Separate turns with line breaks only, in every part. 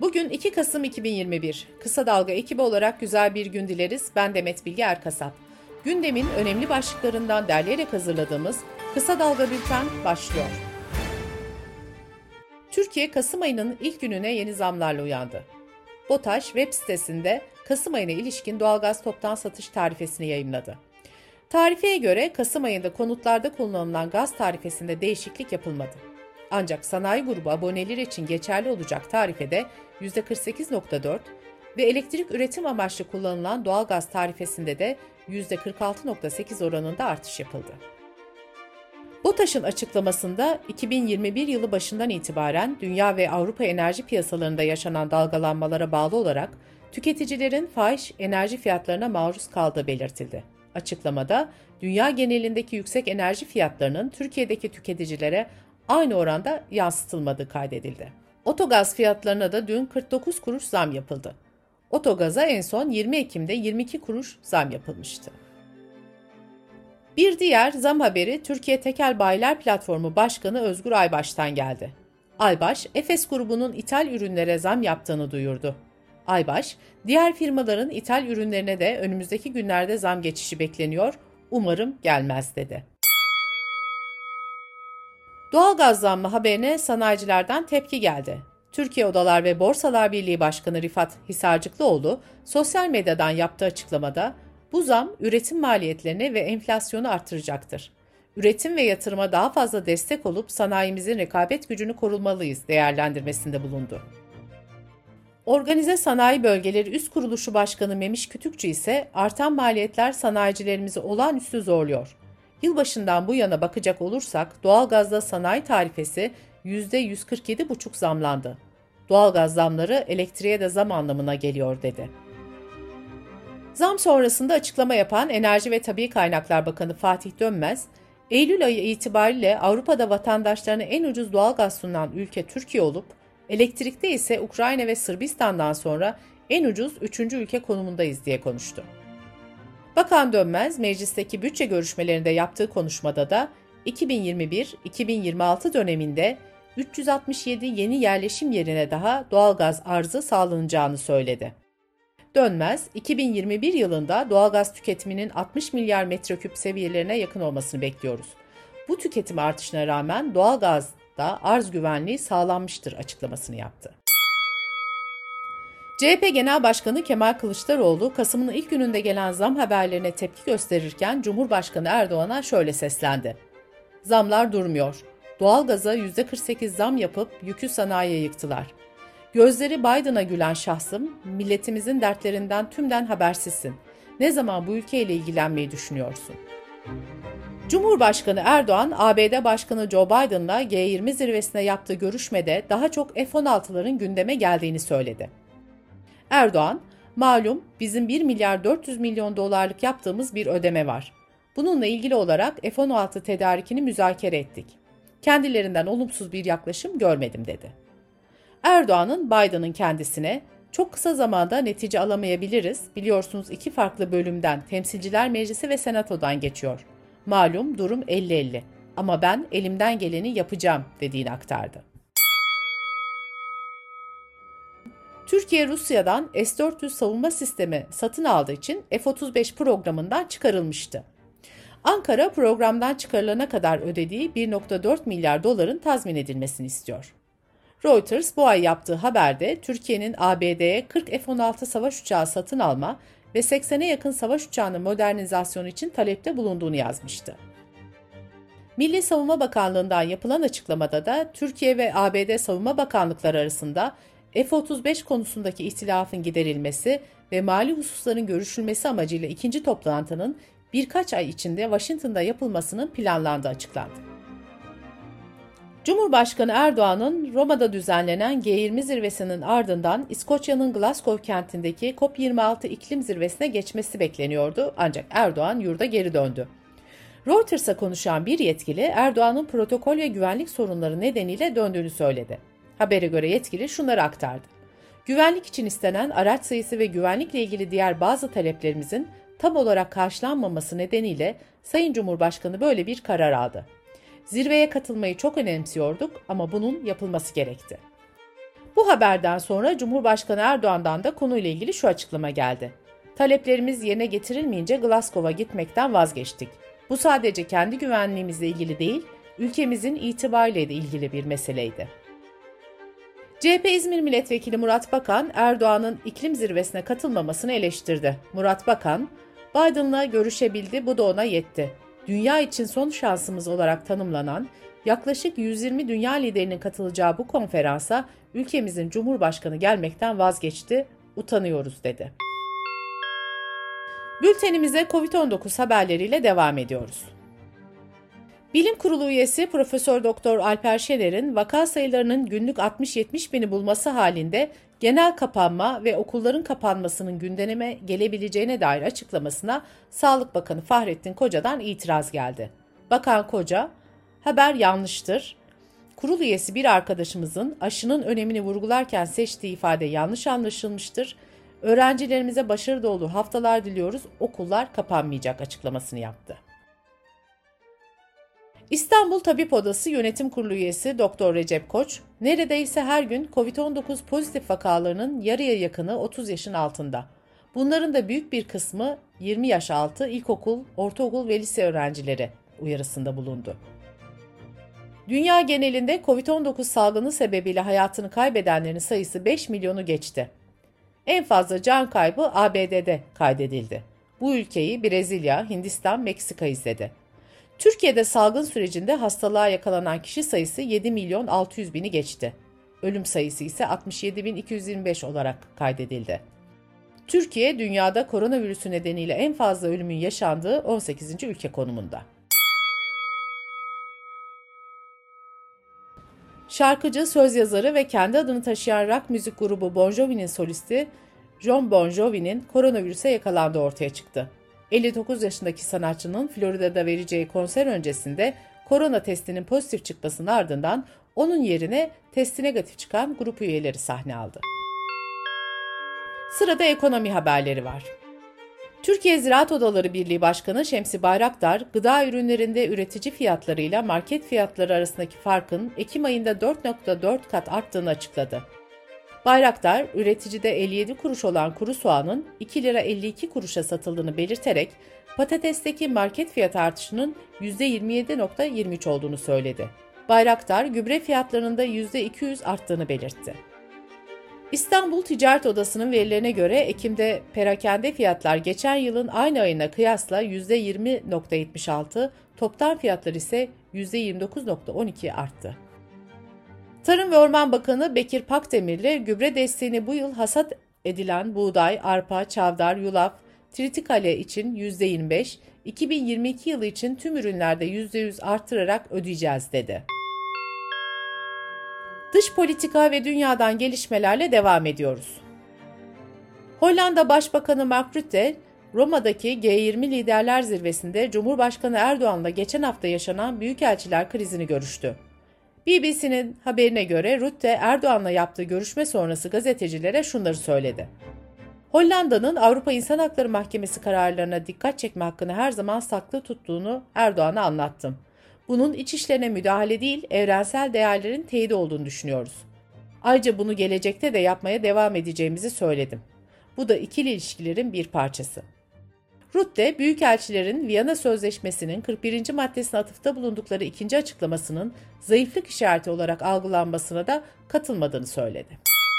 Bugün 2 Kasım 2021. Kısa Dalga ekibi olarak güzel bir gün dileriz. Ben Demet Bilge Erkasap. Gündemin önemli başlıklarından derleyerek hazırladığımız Kısa Dalga Bülten başlıyor. Türkiye, Kasım ayının ilk gününe yeni zamlarla uyandı. BOTAŞ web sitesinde Kasım ayına ilişkin doğalgaz toptan satış tarifesini yayımladı. Tarifeye göre Kasım ayında konutlarda kullanılan gaz tarifesinde değişiklik yapılmadı. Ancak sanayi grubu aboneleri için geçerli olacak tarifede %48,4 ve elektrik üretim amaçlı kullanılan doğalgaz tarifesinde de %46,8 oranında artış yapıldı. BOTAŞ'ın açıklamasında 2021 yılı başından itibaren dünya ve Avrupa enerji piyasalarında yaşanan dalgalanmalara bağlı olarak tüketicilerin fahiş enerji fiyatlarına maruz kaldığı belirtildi. Açıklamada dünya genelindeki yüksek enerji fiyatlarının Türkiye'deki tüketicilere aynı oranda yansıtılmadığı kaydedildi. Otogaz fiyatlarına da dün 49 kuruş zam yapıldı. Otogaza en son 20 Ekim'de 22 kuruş zam yapılmıştı. Bir diğer zam haberi Türkiye Tekel Bayiler Platformu Başkanı Özgür Aybaş'tan geldi. Aybaş, Efes grubunun ithal ürünlere zam yaptığını duyurdu. Aybaş, diğer firmaların ithal ürünlerine de önümüzdeki günlerde zam geçişi bekleniyor, umarım gelmez dedi. Doğalgaz zammı haberine sanayicilerden tepki geldi. Türkiye Odalar ve Borsalar Birliği Başkanı Rifat Hisarcıklıoğlu sosyal medyadan yaptığı açıklamada bu zam üretim maliyetlerini ve enflasyonu artıracaktır. Üretim ve yatırıma daha fazla destek olup sanayimizin rekabet gücünü korumalıyız değerlendirmesinde bulundu. Organize Sanayi Bölgeleri Üst Kuruluşu Başkanı Memiş Kütükçü ise artan maliyetler sanayicilerimizi olağanüstü zorluyor. Yılbaşından bu yana bakacak olursak doğalgazda sanayi tarifesi %147,5 zamlandı. Doğalgaz zamları elektriğe de zam anlamına geliyor dedi. Zam sonrasında açıklama yapan Enerji ve Tabii Kaynaklar Bakanı Fatih Dönmez, Eylül ayı itibariyle Avrupa'da vatandaşlarına en ucuz doğalgaz sunan ülke Türkiye olup, elektrikte ise Ukrayna ve Sırbistan'dan sonra en ucuz 3. ülke konumundayız diye konuştu. Bakan Dönmez, meclisteki bütçe görüşmelerinde yaptığı konuşmada da 2021-2026 döneminde 367 yeni yerleşim yerine daha doğalgaz arzı sağlanacağını söyledi. Dönmez, 2021 yılında doğalgaz tüketiminin 60 milyar metreküp seviyelerine yakın olmasını bekliyoruz. Bu tüketim artışına rağmen doğalgazda arz güvenliği sağlanmıştır açıklamasını yaptı. CHP Genel Başkanı Kemal Kılıçdaroğlu, Kasım'ın ilk gününde gelen zam haberlerine tepki gösterirken Cumhurbaşkanı Erdoğan'a şöyle seslendi. Zamlar durmuyor. Doğalgaza %48 zam yapıp yükü sanayiye yıktılar. Gözleri Biden'a gülen şahsım, milletimizin dertlerinden tümden habersizsin. Ne zaman bu ülkeyle ilgilenmeyi düşünüyorsun? Cumhurbaşkanı Erdoğan, ABD Başkanı Joe Biden'la G20 zirvesine yaptığı görüşmede daha çok F-16'ların gündeme geldiğini söyledi. Erdoğan, malum bizim 1 milyar 400 milyon dolarlık yaptığımız bir ödeme var. Bununla ilgili olarak F-16 tedarikini müzakere ettik. Kendilerinden olumsuz bir yaklaşım görmedim dedi. Erdoğan'ın Biden'ın kendisine çok kısa zamanda netice alamayabiliriz. Biliyorsunuz 2 farklı bölümden Temsilciler Meclisi ve Senato'dan geçiyor. Malum durum 50-50 ama ben elimden geleni yapacağım dediğini aktardı. Türkiye Rusya'dan S-400 savunma sistemi satın aldığı için F-35 programından çıkarılmıştı. Ankara programdan çıkarılana kadar ödediği 1,4 milyar doların tazmin edilmesini istiyor. Reuters bu ay yaptığı haberde Türkiye'nin ABD'ye 40 F-16 savaş uçağı satın alma ve 80'e yakın savaş uçağının modernizasyonu için talepte bulunduğunu yazmıştı. Milli Savunma Bakanlığı'ndan yapılan açıklamada da Türkiye ve ABD Savunma Bakanlıkları arasında F-35 konusundaki ihtilafın giderilmesi ve mali hususların görüşülmesi amacıyla ikinci toplantının birkaç ay içinde Washington'da yapılmasının planlandığı açıklandı. Cumhurbaşkanı Erdoğan'ın Roma'da düzenlenen G20 zirvesinin ardından İskoçya'nın Glasgow kentindeki COP26 iklim zirvesine geçmesi bekleniyordu ancak Erdoğan yurda geri döndü. Reuters'a konuşan bir yetkili Erdoğan'ın protokol ve güvenlik sorunları nedeniyle döndüğünü söyledi. Habere göre yetkili şunları aktardı. Güvenlik için istenen araç sayısı ve güvenlikle ilgili diğer bazı taleplerimizin tam olarak karşılanmaması nedeniyle Sayın Cumhurbaşkanı böyle bir karar aldı. Zirveye katılmayı çok önemsiyorduk ama bunun yapılması gerekti. Bu Bu haberden sonra Cumhurbaşkanı Erdoğan'dan da konuyla ilgili şu açıklama geldi. Taleplerimiz yerine getirilmeyince Glasgow'a gitmekten vazgeçtik. Bu sadece kendi güvenliğimizle ilgili değil, ülkemizin itibarıyla da ilgili bir meseleydi. CHP İzmir Milletvekili Murat Bakan, Erdoğan'ın iklim zirvesine katılmamasını eleştirdi. Murat Bakan, Biden'la görüşebildi, bu da ona yetti. Dünya için son şansımız olarak tanımlanan, yaklaşık 120 dünya liderinin katılacağı bu konferansa ülkemizin Cumhurbaşkanı gelmekten vazgeçti, utanıyoruz dedi. Bültenimize COVID-19 haberleriyle devam ediyoruz. Bilim Kurulu üyesi Profesör Doktor Alper Şener'in vaka sayılarının günlük 60-70 bini bulması halinde genel kapanma ve okulların kapanmasının gündeme gelebileceğine dair açıklamasına Sağlık Bakanı Fahrettin Koca'dan itiraz geldi. Bakan Koca, haber yanlıştır. Kurul üyesi bir arkadaşımızın aşının önemini vurgularken seçtiği ifade yanlış anlaşılmıştır. Öğrencilerimize başarı dolu haftalar diliyoruz, okullar kapanmayacak açıklamasını yaptı. İstanbul Tabip Odası Yönetim Kurulu üyesi Doktor Recep Koç, neredeyse her gün COVID-19 pozitif vakalarının yarıya yakını 30 yaşın altında. Bunların da büyük bir kısmı 20 yaş altı ilkokul, ortaokul ve lise öğrencileri uyarısında bulundu. Dünya genelinde COVID-19 salgını sebebiyle hayatını kaybedenlerin sayısı 5 milyonu geçti. En fazla can kaybı ABD'de kaydedildi. Bu ülkeyi Brezilya, Hindistan, Meksika izledi. Türkiye'de salgın sürecinde hastalığa yakalanan kişi sayısı 7 milyon 600 bini geçti. Ölüm sayısı ise 67.225 olarak kaydedildi. Türkiye, dünyada koronavirüsü nedeniyle en fazla ölümün yaşandığı 18. ülke konumunda. Şarkıcı, söz yazarı ve kendi adını taşıyan rock müzik grubu Bon Jovi'nin solisti Jon Bon Jovi'nin koronavirüse yakalandığı ortaya çıktı. 59 yaşındaki sanatçının Florida'da vereceği konser öncesinde korona testinin pozitif çıkmasının ardından onun yerine testi negatif çıkan grup üyeleri sahne aldı. Sırada ekonomi haberleri var. Türkiye Ziraat Odaları Birliği Başkanı Şemsi Bayraktar, gıda ürünlerinde üretici fiyatlarıyla market fiyatları arasındaki farkın Ekim ayında 4,4 kat arttığını açıkladı. Bayraktar, üreticide 57 kuruş olan kuru soğanın 2 lira 52 kuruşa satıldığını belirterek, patatesteki market fiyat artışının %27,23 olduğunu söyledi. Bayraktar, gübre fiyatlarının da %200 arttığını belirtti. İstanbul Ticaret Odası'nın verilerine göre Ekim'de perakende fiyatlar geçen yılın aynı ayına kıyasla %20,76, toptan fiyatlar ise %29,12 arttı. Tarım ve Orman Bakanı Bekir Pakdemirli, gübre desteğini bu yıl hasat edilen buğday, arpa, çavdar, yulaf, tritikale için %25, 2022 yılı için tüm ürünlerde %100 artırarak ödeyeceğiz dedi. Dış politika ve dünyadan gelişmelerle devam ediyoruz. Hollanda Başbakanı Mark Rutte, Roma'daki G20 Liderler Zirvesi'nde Cumhurbaşkanı Erdoğan'la geçen hafta yaşanan büyükelçiler krizini görüştü. BBC'nin haberine göre Rutte, Erdoğan'la yaptığı görüşme sonrası gazetecilere şunları söyledi. Hollanda'nın Avrupa İnsan Hakları Mahkemesi kararlarına dikkat çekme hakkını her zaman saklı tuttuğunu Erdoğan'a anlattım. Bunun iç işlerine müdahale değil, evrensel değerlerin teyidi olduğunu düşünüyoruz. Ayrıca bunu gelecekte de yapmaya devam edeceğimizi söyledim. Bu da ikili ilişkilerin bir parçası. Rutte, büyükelçilerin Viyana Sözleşmesi'nin 41. maddesine atıfta bulundukları ikinci açıklamasının zayıflık işareti olarak algılanmasına da katılmadığını söyledi.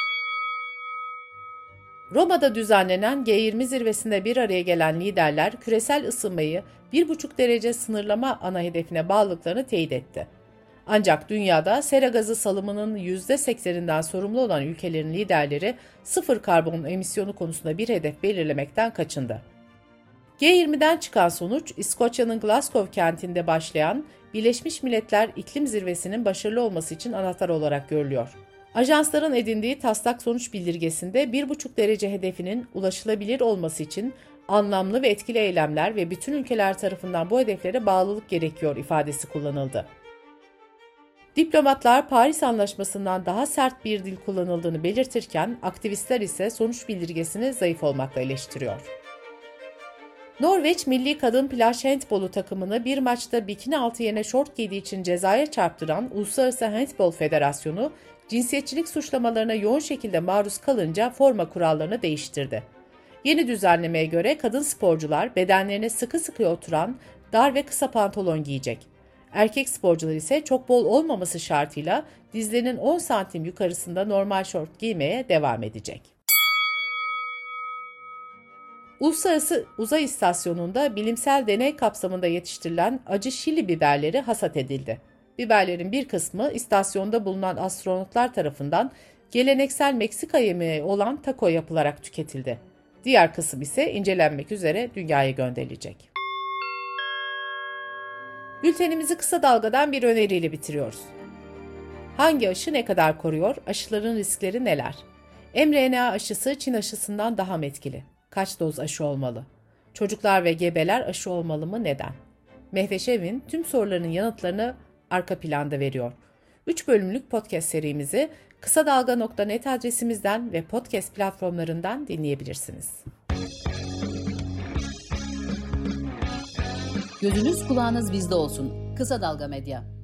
Roma'da düzenlenen G20 zirvesinde bir araya gelen liderler küresel ısınmayı 1,5 derece sınırlama ana hedefine bağlılıklarını teyit etti. Ancak dünyada sera gazı salımının %80'inden sorumlu olan ülkelerin liderleri sıfır karbon emisyonu konusunda bir hedef belirlemekten kaçındı. G20'den çıkan sonuç, İskoçya'nın Glasgow kentinde başlayan Birleşmiş Milletler İklim Zirvesi'nin başarılı olması için anahtar olarak görülüyor. Ajansların edindiği taslak sonuç bildirgesinde 1,5 derece hedefinin ulaşılabilir olması için anlamlı ve etkili eylemler ve bütün ülkeler tarafından bu hedeflere bağlılık gerekiyor ifadesi kullanıldı. Diplomatlar Paris Anlaşması'ndan daha sert bir dil kullanıldığını belirtirken, aktivistler ise sonuç bildirgesini zayıf olmakla eleştiriyor. Norveç milli kadın plaj handbolu takımını bir maçta bikini altı yerine şort giydiği için cezaya çarptıran Uluslararası Handbol Federasyonu, cinsiyetçilik suçlamalarına yoğun şekilde maruz kalınca forma kurallarını değiştirdi. Yeni düzenlemeye göre kadın sporcular bedenlerine sıkı sıkı oturan dar ve kısa pantolon giyecek. Erkek sporcular ise çok bol olmaması şartıyla dizlerinin 10 santim yukarısında normal şort giymeye devam edecek. Uluslararası Uzay İstasyonu'nda bilimsel deney kapsamında yetiştirilen acı şili biberleri hasat edildi. Biberlerin bir kısmı istasyonda bulunan astronotlar tarafından geleneksel Meksika yemeği olan taco yapılarak tüketildi. Diğer kısım ise incelenmek üzere dünyaya gönderilecek. Bültenimizi kısa dalgadan bir öneriyle bitiriyoruz. Hangi aşı ne kadar koruyor? Aşıların riskleri neler? mRNA aşısı Çin aşısından daha mı etkili? Kaç doz aşı olmalı? Çocuklar ve gebeler aşı olmalı mı? Neden? Mehveş Evin tüm sorularının yanıtlarını arka planda veriyor. 3 bölümlük podcast serimizi kısadalga.net adresimizden ve podcast platformlarından dinleyebilirsiniz.
Gözünüz kulağınız bizde olsun. Kısa Dalga Medya.